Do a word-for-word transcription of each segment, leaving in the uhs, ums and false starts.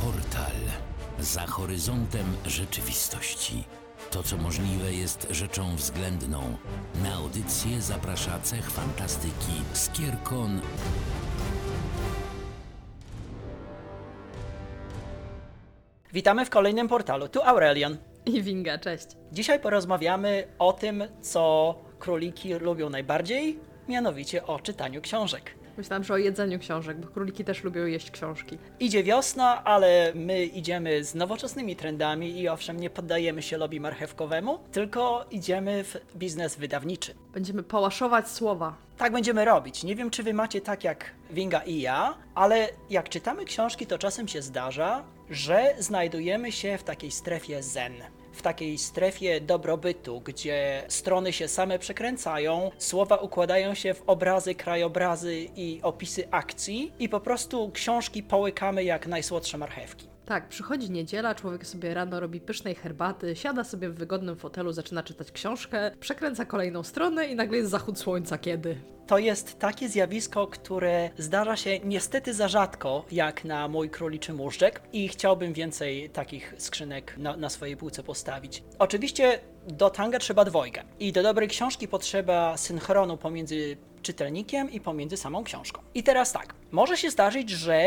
Portal. Za horyzontem rzeczywistości. To, co możliwe, jest rzeczą względną. Na audycję zaprasza cech fantastyki Skierkon. Witamy w kolejnym portalu. Tu Aurelian. I Winga, cześć. Dzisiaj porozmawiamy o tym, co króliki lubią najbardziej, mianowicie o czytaniu książek. Myślałam, że o jedzeniu książek, bo króliki też lubią jeść książki. Idzie wiosna, ale my idziemy z nowoczesnymi trendami i owszem, nie poddajemy się lobby marchewkowemu, tylko idziemy w biznes wydawniczy. Będziemy pałaszować słowa. Tak będziemy robić. Nie wiem, czy wy macie tak jak Winga i ja, ale jak czytamy książki, to czasem się zdarza, że znajdujemy się w takiej strefie zen. W takiej strefie dobrobytu, gdzie strony się same przekręcają, słowa układają się w obrazy, krajobrazy i opisy akcji i po prostu książki połykamy jak najsłodsze marchewki. Tak, przychodzi niedziela, człowiek sobie rano robi pysznej herbaty, siada sobie w wygodnym fotelu, zaczyna czytać książkę, przekręca kolejną stronę i nagle jest zachód słońca kiedy. To jest takie zjawisko, które zdarza się niestety za rzadko, jak na mój króliczy móżdżek i chciałbym więcej takich skrzynek na, na swojej półce postawić. Oczywiście do tanga trzeba dwojga i do dobrej książki potrzeba synchronu pomiędzy czytelnikiem i pomiędzy samą książką. I teraz tak, może się zdarzyć, że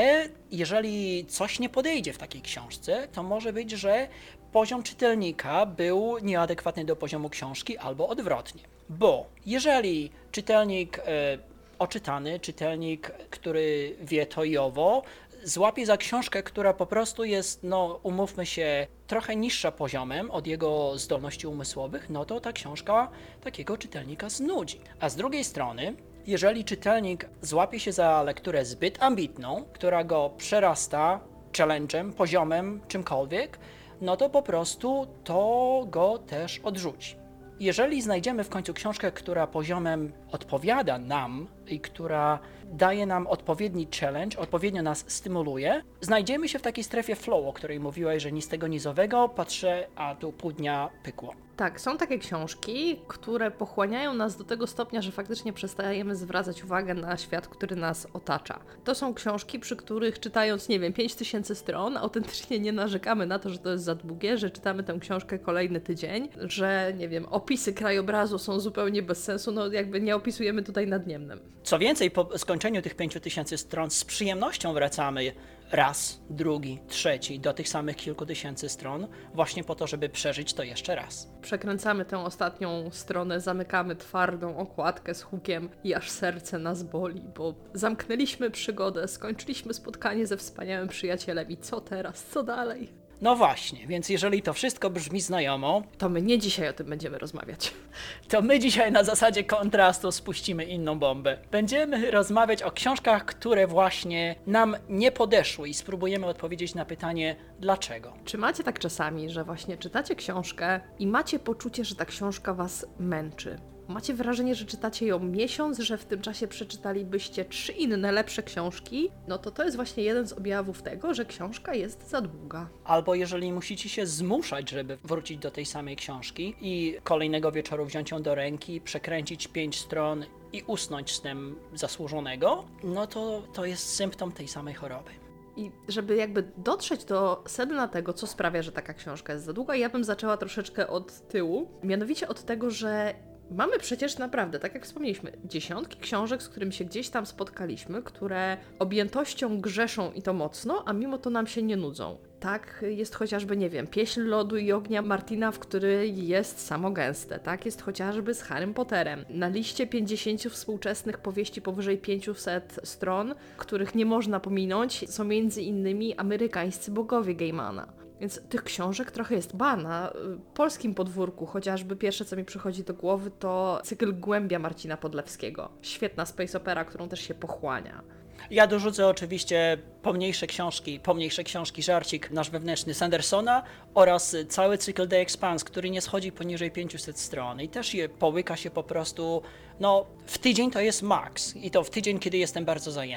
jeżeli coś nie podejdzie w takiej książce, to może być, że poziom czytelnika był nieadekwatny do poziomu książki albo odwrotnie. Bo jeżeli czytelnik e, oczytany, czytelnik, który wie to i owo, złapie za książkę, która po prostu jest, no umówmy się, trochę niższa poziomem od jego zdolności umysłowych, no to ta książka takiego czytelnika znudzi. A z drugiej strony, jeżeli czytelnik złapie się za lekturę zbyt ambitną, która go przerasta challenge'em, poziomem, czymkolwiek, no to po prostu to go też odrzuci. Jeżeli znajdziemy w końcu książkę, która poziomem odpowiada nam i która daje nam odpowiedni challenge, odpowiednio nas stymuluje, znajdziemy się w takiej strefie flow, o której mówiłaś, że ni z tego, ni z owego, patrzę, a tu pół dnia pykło. Tak, są takie książki, które pochłaniają nas do tego stopnia, że faktycznie przestajemy zwracać uwagę na świat, który nas otacza. To są książki, przy których czytając, nie wiem, pięć tysięcy stron, autentycznie nie narzekamy na to, że to jest za długie, że czytamy tę książkę kolejny tydzień, że, nie wiem, opisy krajobrazu są zupełnie bez sensu, no jakby nie opisujemy tutaj nadniemnem. Co więcej, po skończeniu tych pięciu tysięcy stron z przyjemnością wracamy raz, drugi, trzeci do tych samych kilku tysięcy stron, właśnie po to, żeby przeżyć to jeszcze raz. Przekręcamy tę ostatnią stronę, zamykamy twardą okładkę z hukiem i aż serce nas boli, bo zamknęliśmy przygodę, skończyliśmy spotkanie ze wspaniałym przyjacielem i co teraz, co dalej? No właśnie, więc jeżeli to wszystko brzmi znajomo, To my nie dzisiaj o tym będziemy rozmawiać. to my dzisiaj na zasadzie kontrastu spuścimy inną bombę. Będziemy rozmawiać o książkach, które właśnie nam nie podeszły i spróbujemy odpowiedzieć na pytanie dlaczego. Czy macie tak czasami, że właśnie czytacie książkę i macie poczucie, że ta książka was męczy? Macie wrażenie, że czytacie ją miesiąc, że w tym czasie przeczytalibyście trzy inne lepsze książki? No to to jest właśnie jeden z objawów tego, że książka jest za długa. Albo jeżeli musicie się zmuszać, żeby wrócić do tej samej książki i kolejnego wieczoru wziąć ją do ręki, przekręcić pięć stron i usnąć snem zasłużonego, no to to jest symptom tej samej choroby. I żeby jakby dotrzeć do sedna tego, co sprawia, że taka książka jest za długa, ja bym zaczęła troszeczkę od tyłu. Mianowicie od tego, że mamy przecież naprawdę, tak jak wspomnieliśmy, dziesiątki książek, z którymi się gdzieś tam spotkaliśmy, które objętością grzeszą i to mocno, a mimo to nam się nie nudzą. Tak jest chociażby, nie wiem, Pieśń lodu i ognia Martina, w który jest samo gęste. Tak jest chociażby z Harrym Potterem. Na liście pięćdziesięciu współczesnych powieści powyżej pięćset stron, których nie można pominąć, są między innymi Amerykańscy bogowie Gaimana. Więc tych książek trochę jest ba na polskim podwórku, chociażby pierwsze, co mi przychodzi do głowy, to cykl Głębia Marcina Podlewskiego. Świetna space opera, którą też się pochłania. Ja dorzucę oczywiście pomniejsze książki, pomniejsze książki, żarcik nasz wewnętrzny Sandersona oraz cały cykl The Expanse, który nie schodzi poniżej pięćset stron i też je połyka się po prostu, no w tydzień to jest maks i to w tydzień, kiedy jestem bardzo zajęty.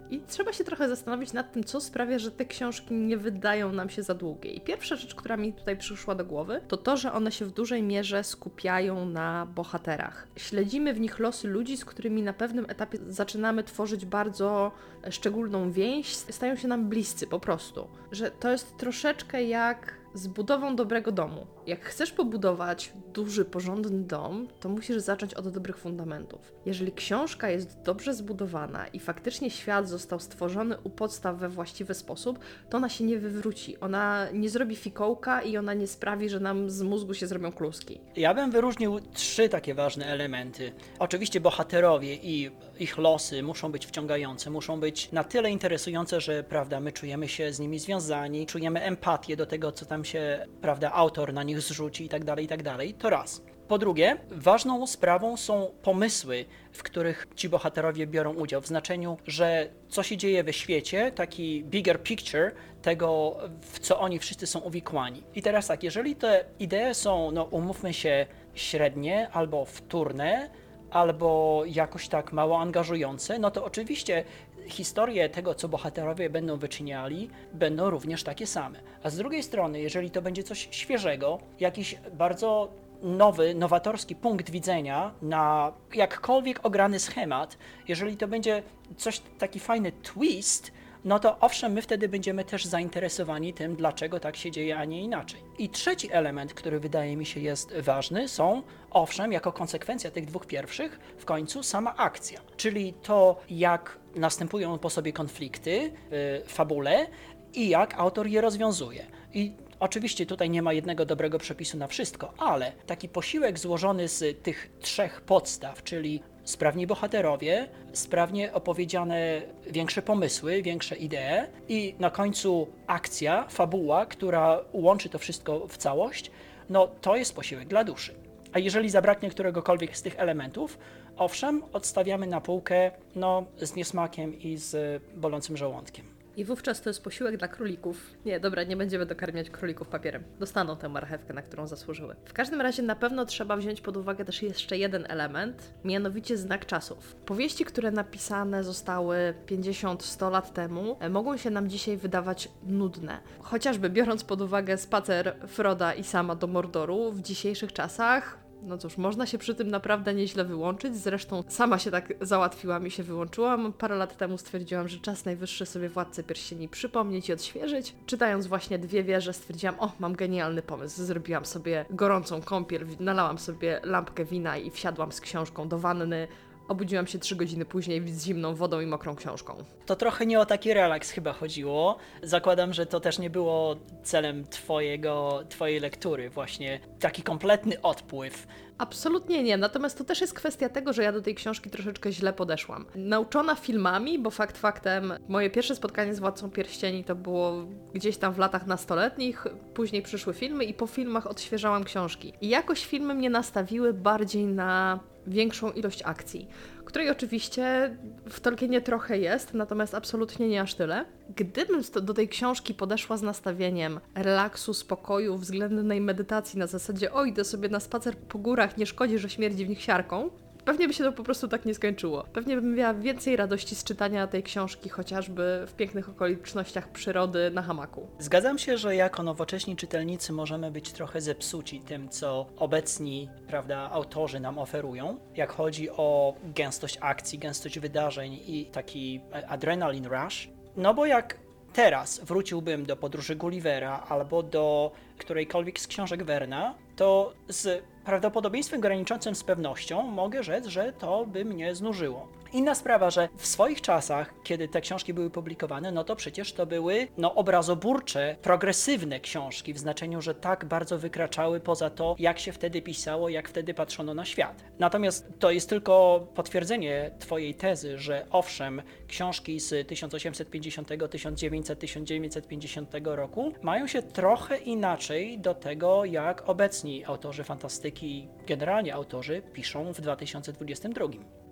I trzeba się trochę zastanowić nad tym, co sprawia, że te książki nie wydają nam się za długie. I pierwsza rzecz, która mi tutaj przyszła do głowy, to to, że one się w dużej mierze skupiają na bohaterach. Śledzimy w nich losy ludzi, z którymi na pewnym etapie zaczynamy tworzyć bardzo szczególną więź, stają się nam bliscy po prostu. Że to jest troszeczkę jak z budową dobrego domu. Jak chcesz pobudować duży, porządny dom, to musisz zacząć od dobrych fundamentów. Jeżeli książka jest dobrze zbudowana i faktycznie świat został stworzony u podstaw we właściwy sposób, to ona się nie wywróci. Ona nie zrobi fikołka i ona nie sprawi, że nam z mózgu się zrobią kluski. Ja bym wyróżnił trzy takie ważne elementy. Oczywiście bohaterowie i ich losy muszą być wciągające, muszą być na tyle interesujące, że prawda, my czujemy się z nimi związani, czujemy empatię do tego, co tam się, prawda, autor na nich zrzuci i tak dalej, i tak dalej. To raz. Po drugie, ważną sprawą są pomysły, w których ci bohaterowie biorą udział, w znaczeniu, że co się dzieje we świecie, taki bigger picture tego, w co oni wszyscy są uwikłani. I teraz tak, jeżeli te idee są, no umówmy się, średnie albo wtórne, albo jakoś tak mało angażujące, no to oczywiście historie tego, co bohaterowie będą wyczyniali, będą również takie same. A z drugiej strony, jeżeli to będzie coś świeżego, jakiś bardzo nowy, nowatorski punkt widzenia na jakkolwiek ograny schemat, jeżeli to będzie coś, taki fajny twist, no to owszem, my wtedy będziemy też zainteresowani tym, dlaczego tak się dzieje, a nie inaczej. I trzeci element, który wydaje mi się jest ważny, są, owszem, jako konsekwencja tych dwóch pierwszych, w końcu sama akcja. Czyli to, jak następują po sobie konflikty w fabule i jak autor je rozwiązuje. I oczywiście tutaj nie ma jednego dobrego przepisu na wszystko, ale taki posiłek złożony z tych trzech podstaw, czyli sprawni bohaterowie, sprawnie opowiedziane większe pomysły, większe idee i na końcu akcja, fabuła, która łączy to wszystko w całość, no to jest posiłek dla duszy. A jeżeli zabraknie któregokolwiek z tych elementów, owszem, odstawiamy na półkę, no, z niesmakiem i z bolącym żołądkiem. I wówczas to jest posiłek dla królików. Nie, dobra, nie będziemy dokarmiać królików papierem. Dostaną tę marchewkę, na którą zasłużyły. W każdym razie na pewno trzeba wziąć pod uwagę też jeszcze jeden element, mianowicie znak czasów. Powieści, które napisane zostały pięćdziesiąt sto lat temu, mogą się nam dzisiaj wydawać nudne. Chociażby biorąc pod uwagę spacer Froda i Sama do Mordoru w dzisiejszych czasach, no cóż, można się przy tym naprawdę nieźle wyłączyć, zresztą sama się tak załatwiłam i się wyłączyłam. Parę lat temu stwierdziłam, że czas najwyższy sobie Władcę Pierścieni przypomnieć i odświeżyć. Czytając właśnie Dwie wieże stwierdziłam, o, mam genialny pomysł. Zrobiłam sobie gorącą kąpiel, nalałam sobie lampkę wina i wsiadłam z książką do wanny. Obudziłam się trzy godziny później z zimną wodą i mokrą książką. To trochę nie o taki relaks chyba chodziło. Zakładam, że to też nie było celem twojego, twojej lektury, właśnie taki kompletny odpływ. Absolutnie nie, natomiast to też jest kwestia tego, że ja do tej książki troszeczkę źle podeszłam. Nauczona filmami, bo fakt faktem, moje pierwsze spotkanie z Władcą Pierścieni to było gdzieś tam w latach nastoletnich, później przyszły filmy i po filmach odświeżałam książki. I jakoś filmy mnie nastawiły bardziej na większą ilość akcji, której oczywiście w Tolkienie trochę jest, natomiast absolutnie nie aż tyle. Gdybym do tej książki podeszła z nastawieniem relaksu, spokoju, względnej medytacji na zasadzie o, idę sobie na spacer po górach, nie szkodzi, że śmierdzi w nich siarką, pewnie by się to po prostu tak nie skończyło. Pewnie bym miała więcej radości z czytania tej książki, chociażby w pięknych okolicznościach przyrody na hamaku. Zgadzam się, że jako nowocześni czytelnicy możemy być trochę zepsuci tym, co obecni, prawda, autorzy nam oferują, jak chodzi o gęstość akcji, gęstość wydarzeń i taki adrenaline rush. No bo jak teraz wróciłbym do Podróży Gullivera albo do którejkolwiek z książek Verna, to z prawdopodobieństwem graniczącym z pewnością mogę rzec, że to by mnie znużyło. Inna sprawa, że w swoich czasach, kiedy te książki były publikowane, no to przecież to były no, obrazoburcze, progresywne książki, w znaczeniu, że tak bardzo wykraczały poza to, jak się wtedy pisało, jak wtedy patrzono na świat. Natomiast to jest tylko potwierdzenie twojej tezy, że owszem, książki z tysiąc osiemset pięćdziesiątego, tysiąc dziewięćset, tysiąc dziewięćset pięćdziesiątego roku mają się trochę inaczej do tego, jak obecni autorzy fantastyki, generalnie autorzy, piszą w dwa tysiące dwudziestym drugim.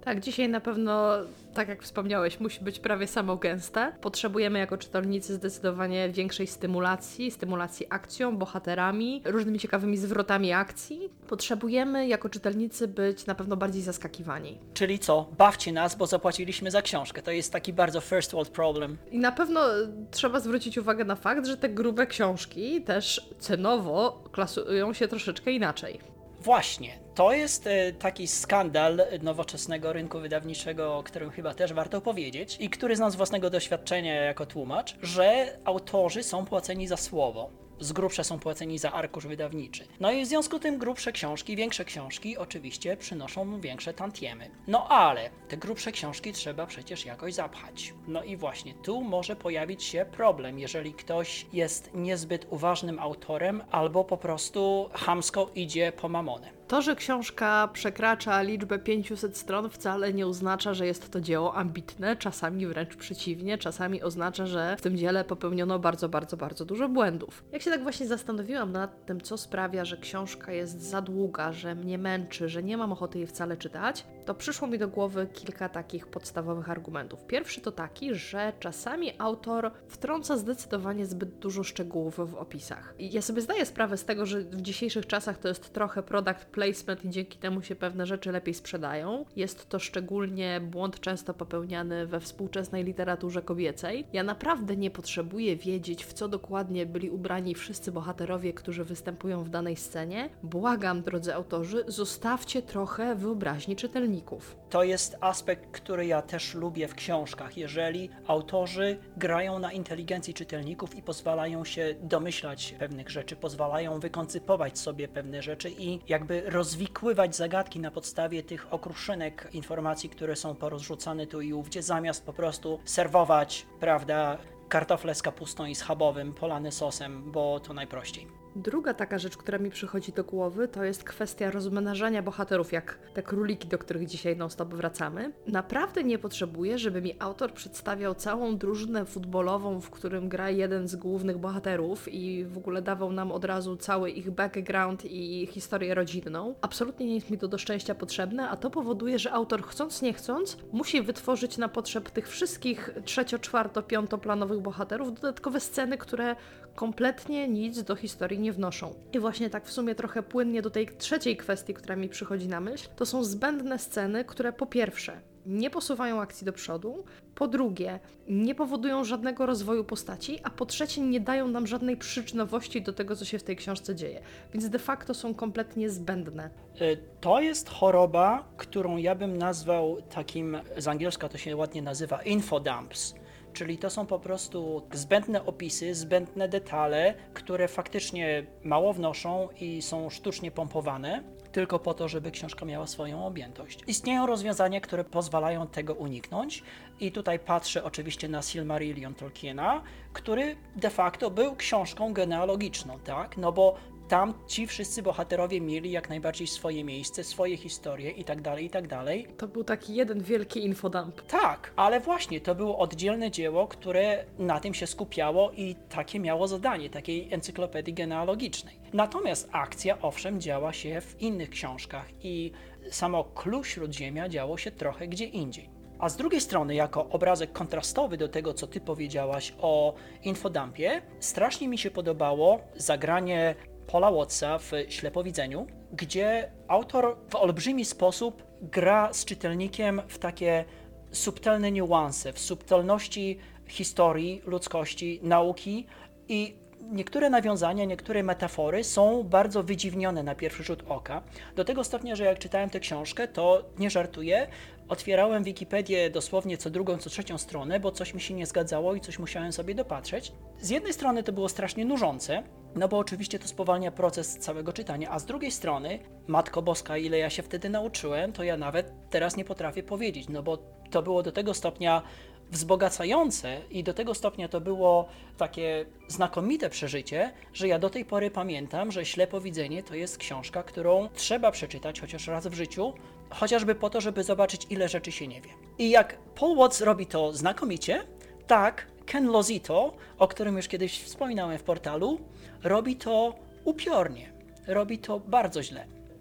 Tak, dzisiaj na pewno, tak jak wspomniałeś, musi być prawie samo gęste. Potrzebujemy jako czytelnicy zdecydowanie większej stymulacji, stymulacji akcją, bohaterami, różnymi ciekawymi zwrotami akcji. Potrzebujemy jako czytelnicy być na pewno bardziej zaskakiwani. Czyli co? Bawcie nas, bo zapłaciliśmy za książkę. To jest taki bardzo first world problem. I na pewno trzeba zwrócić uwagę na fakt, że te grube książki też cenowo klasują się troszeczkę inaczej. Właśnie, to jest e, taki skandal nowoczesnego rynku wydawniczego, o którym chyba też warto powiedzieć i który znam z własnego doświadczenia jako tłumacz, że autorzy są płaceni za słowo. Z grubsza są płaceni za arkusz wydawniczy. No i w związku z tym grubsze książki, większe książki oczywiście przynoszą większe tantiemy. No ale te grubsze książki trzeba przecież jakoś zapchać. No i właśnie tu może pojawić się problem, jeżeli ktoś jest niezbyt uważnym autorem albo po prostu chamsko idzie po mamonę. To, że książka przekracza liczbę pięćset stron, wcale nie oznacza, że jest to dzieło ambitne, czasami wręcz przeciwnie, czasami oznacza, że w tym dziele popełniono bardzo, bardzo, bardzo dużo błędów. Jak się tak właśnie zastanowiłam nad tym, co sprawia, że książka jest za długa, że mnie męczy, że nie mam ochoty jej wcale czytać, to przyszło mi do głowy kilka takich podstawowych argumentów. Pierwszy to taki, że czasami autor wtrąca zdecydowanie zbyt dużo szczegółów w opisach. I ja sobie zdaję sprawę z tego, że w dzisiejszych czasach to jest trochę product placement i dzięki temu się pewne rzeczy lepiej sprzedają. Jest to szczególnie błąd często popełniany we współczesnej literaturze kobiecej. Ja naprawdę nie potrzebuję wiedzieć, w co dokładnie byli ubrani wszyscy bohaterowie, którzy występują w danej scenie. Błagam, drodzy autorzy, zostawcie trochę wyobraźni czytelników. To jest aspekt, który ja też lubię w książkach, jeżeli autorzy grają na inteligencji czytelników i pozwalają się domyślać pewnych rzeczy, pozwalają wykoncypować sobie pewne rzeczy i jakby rozwikływać zagadki na podstawie tych okruszynek informacji, które są porozrzucane tu i ówdzie, zamiast po prostu serwować, prawda, kartofle z kapustą i schabowym polane sosem, bo to najprościej. Druga taka rzecz, która mi przychodzi do głowy, to jest kwestia rozmnażania bohaterów, jak te króliki, do których dzisiaj non-stop wracamy. Naprawdę nie potrzebuję, żeby mi autor przedstawiał całą drużynę futbolową, w którym gra jeden z głównych bohaterów i w ogóle dawał nam od razu cały ich background i historię rodzinną. Absolutnie nie jest mi to do szczęścia potrzebne, a to powoduje, że autor chcąc nie chcąc musi wytworzyć na potrzeb tych wszystkich trzecio-, czwarto-, piątoplanowych bohaterów dodatkowe sceny, które kompletnie nic do historii nie wnoszą. I właśnie tak w sumie trochę płynnie do tej trzeciej kwestii, która mi przychodzi na myśl, to są zbędne sceny, które po pierwsze nie posuwają akcji do przodu, po drugie nie powodują żadnego rozwoju postaci, a po trzecie nie dają nam żadnej przyczynowości do tego, co się w tej książce dzieje. Więc de facto są kompletnie zbędne. To jest choroba, którą ja bym nazwał takim, z angielska to się ładnie nazywa infodumps. Czyli to są po prostu zbędne opisy, zbędne detale, które faktycznie mało wnoszą i są sztucznie pompowane, tylko po to, żeby książka miała swoją objętość. Istnieją rozwiązania, które pozwalają tego uniknąć i tutaj patrzę oczywiście na Silmarillion Tolkiena, który de facto był książką genealogiczną, tak? No bo tam ci wszyscy bohaterowie mieli jak najbardziej swoje miejsce, swoje historie i tak dalej, i tak dalej. To był taki jeden wielki infodump. Tak, ale właśnie to było oddzielne dzieło, które na tym się skupiało i takie miało zadanie, takiej encyklopedii genealogicznej. Natomiast akcja, owszem, działa się w innych książkach i samo clue Śródziemia działo się trochę gdzie indziej. A z drugiej strony, jako obrazek kontrastowy do tego, co ty powiedziałaś o infodumpie, strasznie mi się podobało zagranie Paula Wattsa w Ślepowidzeniu, gdzie autor w olbrzymi sposób gra z czytelnikiem w takie subtelne niuanse, w subtelności historii, ludzkości, nauki i niektóre nawiązania, niektóre metafory są bardzo wydziwnione na pierwszy rzut oka. Do tego stopnia, że jak czytałem tę książkę, to nie żartuję, otwierałem Wikipedię dosłownie co drugą, co trzecią stronę, bo coś mi się nie zgadzało i coś musiałem sobie dopatrzeć. Z jednej strony to było strasznie nużące, no bo oczywiście to spowalnia proces całego czytania, a z drugiej strony, Matko Boska, ile ja się wtedy nauczyłem, to ja nawet teraz nie potrafię powiedzieć, no bo to było do tego stopnia wzbogacające i do tego stopnia to było takie znakomite przeżycie, że ja do tej pory pamiętam, że Ślepowidzenie to jest książka, którą trzeba przeczytać chociaż raz w życiu, chociażby po to, żeby zobaczyć, ile rzeczy się nie wie. I jak Paul Watts robi to znakomicie, tak Ken Lozito, o którym już kiedyś wspominałem w portalu, robi to upiornie, robi to bardzo źle.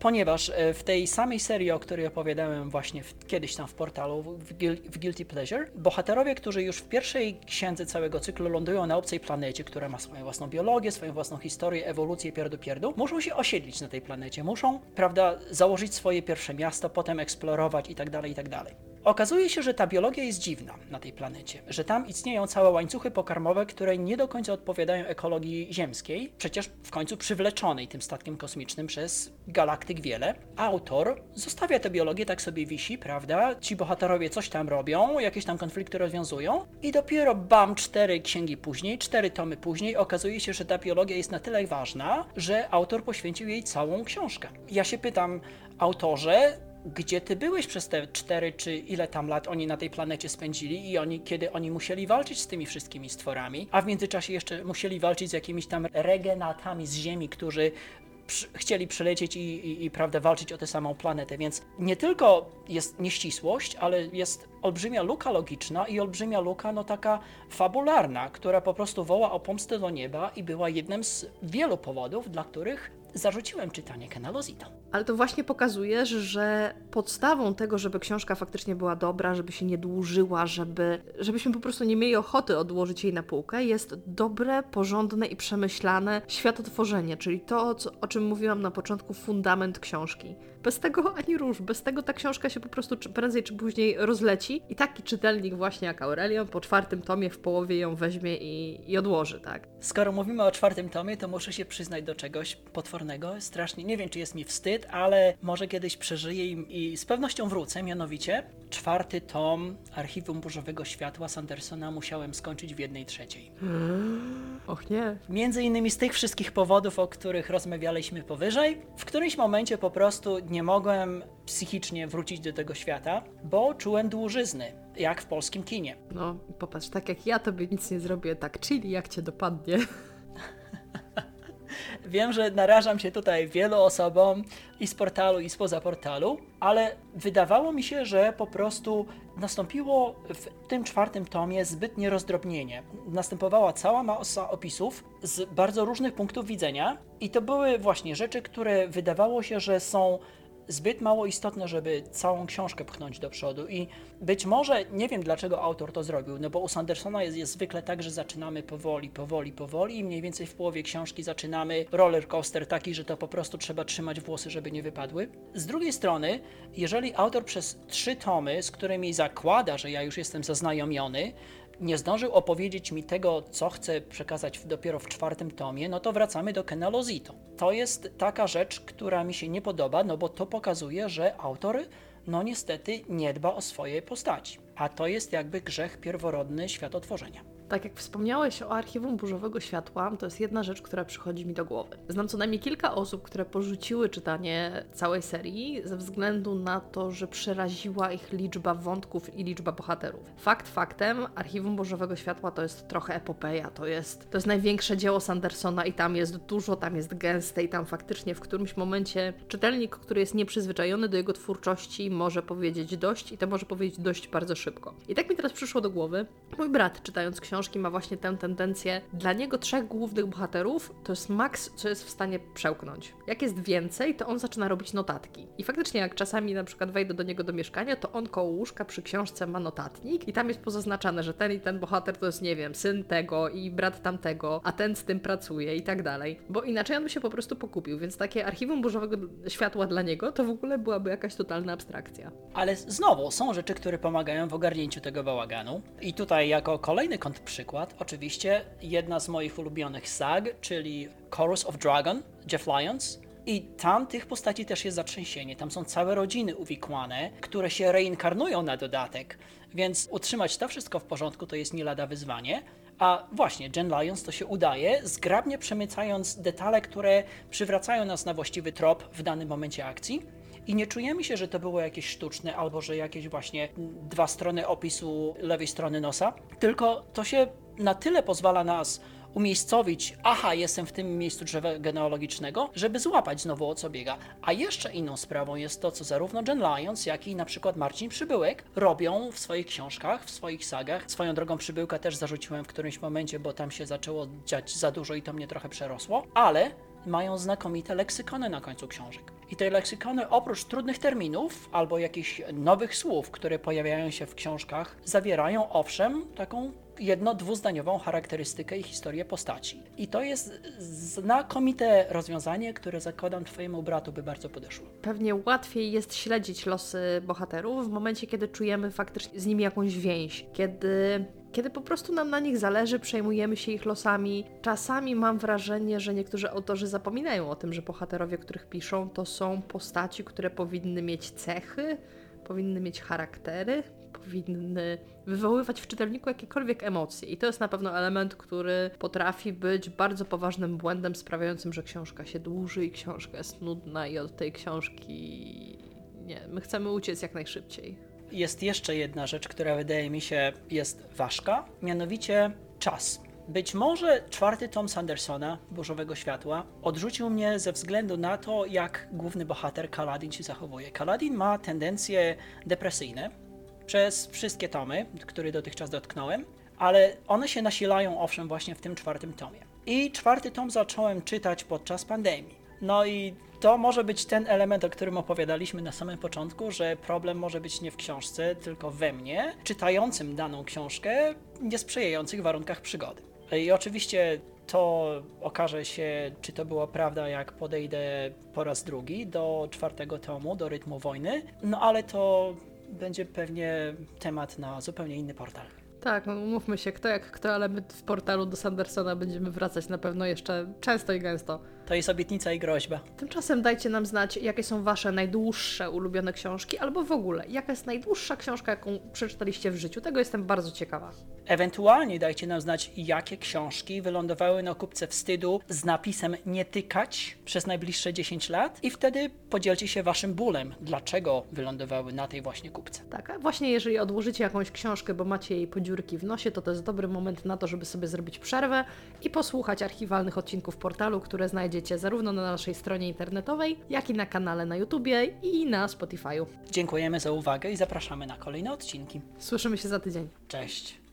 ponieważ e, w tej samej serii, o której opowiadałem właśnie w, kiedyś tam w portalu, w, Gil, w Guilty Pleasure, bohaterowie, którzy już w pierwszej księdze całego cyklu lądują na obcej planecie, która ma swoją własną biologię, swoją własną historię, ewolucję, pierdu pierdu, muszą się osiedlić na tej planecie, muszą, prawda, założyć swoje pierwsze miasto, potem eksplorować i tak dalej, i tak dalej. Okazuje się, że ta biologia jest dziwna na tej planecie, że tam istnieją całe łańcuchy pokarmowe, które nie do końca odpowiadają ekologii ziemskiej, przecież w końcu przywleczonej tym statkiem kosmicznym przez galaktyk wiele. Autor zostawia tę biologię, tak sobie wisi, prawda? Ci bohaterowie coś tam robią, jakieś tam konflikty rozwiązują i dopiero bam, cztery księgi później, cztery tomy później okazuje się, że ta biologia jest na tyle ważna, że autor poświęcił jej całą książkę. Ja się pytam, autorze, gdzie ty byłeś przez te cztery czy ile tam lat oni na tej planecie spędzili i oni, kiedy oni musieli walczyć z tymi wszystkimi stworami, a w międzyczasie jeszcze musieli walczyć z jakimiś tam regenatami z Ziemi, którzy przy, chcieli przylecieć i, i, i prawda, walczyć o tę samą planetę, więc nie tylko jest nieścisłość, ale jest olbrzymia luka logiczna i olbrzymia luka, no taka fabularna, która po prostu woła o pomstę do nieba i była jednym z wielu powodów, dla których zarzuciłem czytanie Kenalozito. Ale to właśnie pokazujesz, że podstawą tego, żeby książka faktycznie była dobra, żeby się nie dłużyła, żeby, żebyśmy po prostu nie mieli ochoty odłożyć jej na półkę, jest dobre, porządne i przemyślane światotworzenie, czyli to, co, o czym mówiłam na początku, fundament książki. Bez tego ani rusz, bez tego ta książka się po prostu czy, prędzej czy później rozleci i taki czytelnik właśnie jak Aurelion po czwartym tomie w połowie ją weźmie i, i odłoży, tak? Skoro mówimy o czwartym tomie, to muszę się przyznać do czegoś potwornego, strasznie, nie wiem czy jest mi wstyd, ale może kiedyś przeżyję i, i z pewnością wrócę, mianowicie czwarty tom Archiwum Burzowego Światła Sandersona musiałem skończyć w jednej trzeciej. Och nie. Między innymi z tych wszystkich powodów, o których rozmawialiśmy powyżej, w którymś momencie po prostu nie mogłem psychicznie wrócić do tego świata, bo czułem dłużyzny, jak w polskim kinie. No, popatrz, tak jak ja tobie nic nie zrobię, tak chili jak cię dopadnie. Wiem, że narażam się tutaj wielu osobom i z portalu, i spoza portalu, ale wydawało mi się, że po prostu nastąpiło w tym czwartym tomie zbytnie rozdrobnienie. Następowała cała masa opisów z bardzo różnych punktów widzenia i to były właśnie rzeczy, które wydawało się, że są zbyt mało istotne, żeby całą książkę pchnąć do przodu i być może, nie wiem dlaczego autor to zrobił, no bo u Sandersona jest, jest zwykle tak, że zaczynamy powoli, powoli, powoli i mniej więcej w połowie książki zaczynamy roller coaster taki, że to po prostu trzeba trzymać włosy, żeby nie wypadły. Z drugiej strony, jeżeli autor przez trzy tomy, z którymi zakłada, że ja już jestem zaznajomiony, nie zdążył opowiedzieć mi tego, co chce przekazać w, dopiero w czwartym tomie, no to wracamy do Kenalozito. To jest taka rzecz, która mi się nie podoba, no bo to pokazuje, że autor, no niestety, nie dba o swoje postaci. A to jest jakby grzech pierworodny światotworzenia. Tak jak wspomniałeś o Archiwum Burzowego Światła, to jest jedna rzecz, która przychodzi mi do głowy. Znam co najmniej kilka osób, które porzuciły czytanie całej serii ze względu na to, że przeraziła ich liczba wątków i liczba bohaterów. Fakt faktem, Archiwum Burzowego Światła to jest trochę epopeja, to jest, to jest największe dzieło Sandersona i tam jest dużo, tam jest gęste i tam faktycznie w którymś momencie czytelnik, który jest nieprzyzwyczajony do jego twórczości, może powiedzieć dość i to może powiedzieć dość bardzo szybko. I tak mi teraz przyszło do głowy, mój brat czytając książkę książki ma właśnie tę tendencję. Dla niego trzech głównych bohaterów to jest maks, co jest w stanie przełknąć. Jak jest więcej, to on zaczyna robić notatki. I faktycznie jak czasami na przykład wejdę do niego do mieszkania, to on koło łóżka przy książce ma notatnik i tam jest pozaznaczane, że ten i ten bohater to jest, nie wiem, syn tego i brat tamtego, a ten z tym pracuje i tak dalej. Bo inaczej on by się po prostu pokupił, więc takie Archiwum Burzowego Światła dla niego to w ogóle byłaby jakaś totalna abstrakcja. Ale znowu są rzeczy, które pomagają w ogarnięciu tego bałaganu. I tutaj jako kolejny kąt przykład, oczywiście jedna z moich ulubionych sag, czyli Chorus of Dragon, Jeff Lyons. I tam tych postaci też jest zatrzęsienie. Tam są całe rodziny uwikłane, które się reinkarnują na dodatek. Więc utrzymać to wszystko w porządku to jest nie lada wyzwanie. A właśnie, Jen Lyons to się udaje, zgrabnie przemycając detale, które przywracają nas na właściwy trop w danym momencie akcji. I nie czujemy się, że to było jakieś sztuczne, albo że jakieś właśnie dwa strony opisu lewej strony nosa, tylko to się na tyle pozwala nas umiejscowić, aha, jestem w tym miejscu drzewa genealogicznego, żeby złapać znowu o co biega. A jeszcze inną sprawą jest to, co zarówno Jen Lyons, jak i na przykład Marcin Przybyłek robią w swoich książkach, w swoich sagach. Swoją drogą Przybyłka też zarzuciłem w którymś momencie, bo tam się zaczęło dziać za dużo i to mnie trochę przerosło, ale mają znakomite leksykony na końcu książek. I te leksykony oprócz trudnych terminów albo jakichś nowych słów, które pojawiają się w książkach, zawierają owszem taką jedno-dwuzdaniową charakterystykę i historię postaci. I to jest znakomite rozwiązanie, które zakładam twojemu bratu by bardzo podeszło. Pewnie łatwiej jest śledzić losy bohaterów w momencie, kiedy czujemy faktycznie z nimi jakąś więź, kiedy, kiedy po prostu nam na nich zależy, przejmujemy się ich losami. Czasami mam wrażenie, że niektórzy autorzy zapominają o tym, że bohaterowie, których piszą, to są postaci, które powinny mieć cechy, powinny mieć charaktery, powinny wywoływać w czytelniku jakiekolwiek emocje. I to jest na pewno element, który potrafi być bardzo poważnym błędem sprawiającym, że książka się dłuży i książka jest nudna i od tej książki nie, my chcemy uciec jak najszybciej. Jest jeszcze jedna rzecz, która wydaje mi się jest ważka, mianowicie czas. Być może czwarty tom Sandersona, Burzowego Światła, odrzucił mnie ze względu na to, jak główny bohater Kaladin się zachowuje. Kaladin ma tendencje depresyjne przez wszystkie tomy, które dotychczas dotknąłem, ale one się nasilają owszem właśnie w tym czwartym tomie. I czwarty tom zacząłem czytać podczas pandemii. No i to może być ten element, o którym opowiadaliśmy na samym początku, że problem może być nie w książce, tylko we mnie, czytającym daną książkę w niesprzyjających warunkach przygody. I oczywiście to okaże się, czy to była prawda, jak podejdę po raz drugi do czwartego tomu, do Rytmu Wojny, no ale to będzie pewnie temat na zupełnie inny portal. Tak, no umówmy się, kto jak kto, ale my w portalu do Sandersona będziemy wracać na pewno jeszcze często i gęsto. To jest obietnica i groźba. Tymczasem dajcie nam znać, jakie są wasze najdłuższe ulubione książki, albo w ogóle, jaka jest najdłuższa książka, jaką przeczytaliście w życiu. Tego jestem bardzo ciekawa. Ewentualnie dajcie nam znać, jakie książki wylądowały na kupce wstydu z napisem nie tykać przez najbliższe dziesięć lat i wtedy podzielcie się waszym bólem, dlaczego wylądowały na tej właśnie kupce. Tak, a właśnie jeżeli odłożycie jakąś książkę, bo macie jej podziurki w nosie, to to jest dobry moment na to, żeby sobie zrobić przerwę i posłuchać archiwalnych odcinków portalu, które znajdziecie zarówno na naszej stronie internetowej, jak i na kanale na YouTubie i na Spotify'u. Dziękujemy za uwagę i zapraszamy na kolejne odcinki. Słyszymy się za tydzień. Cześć!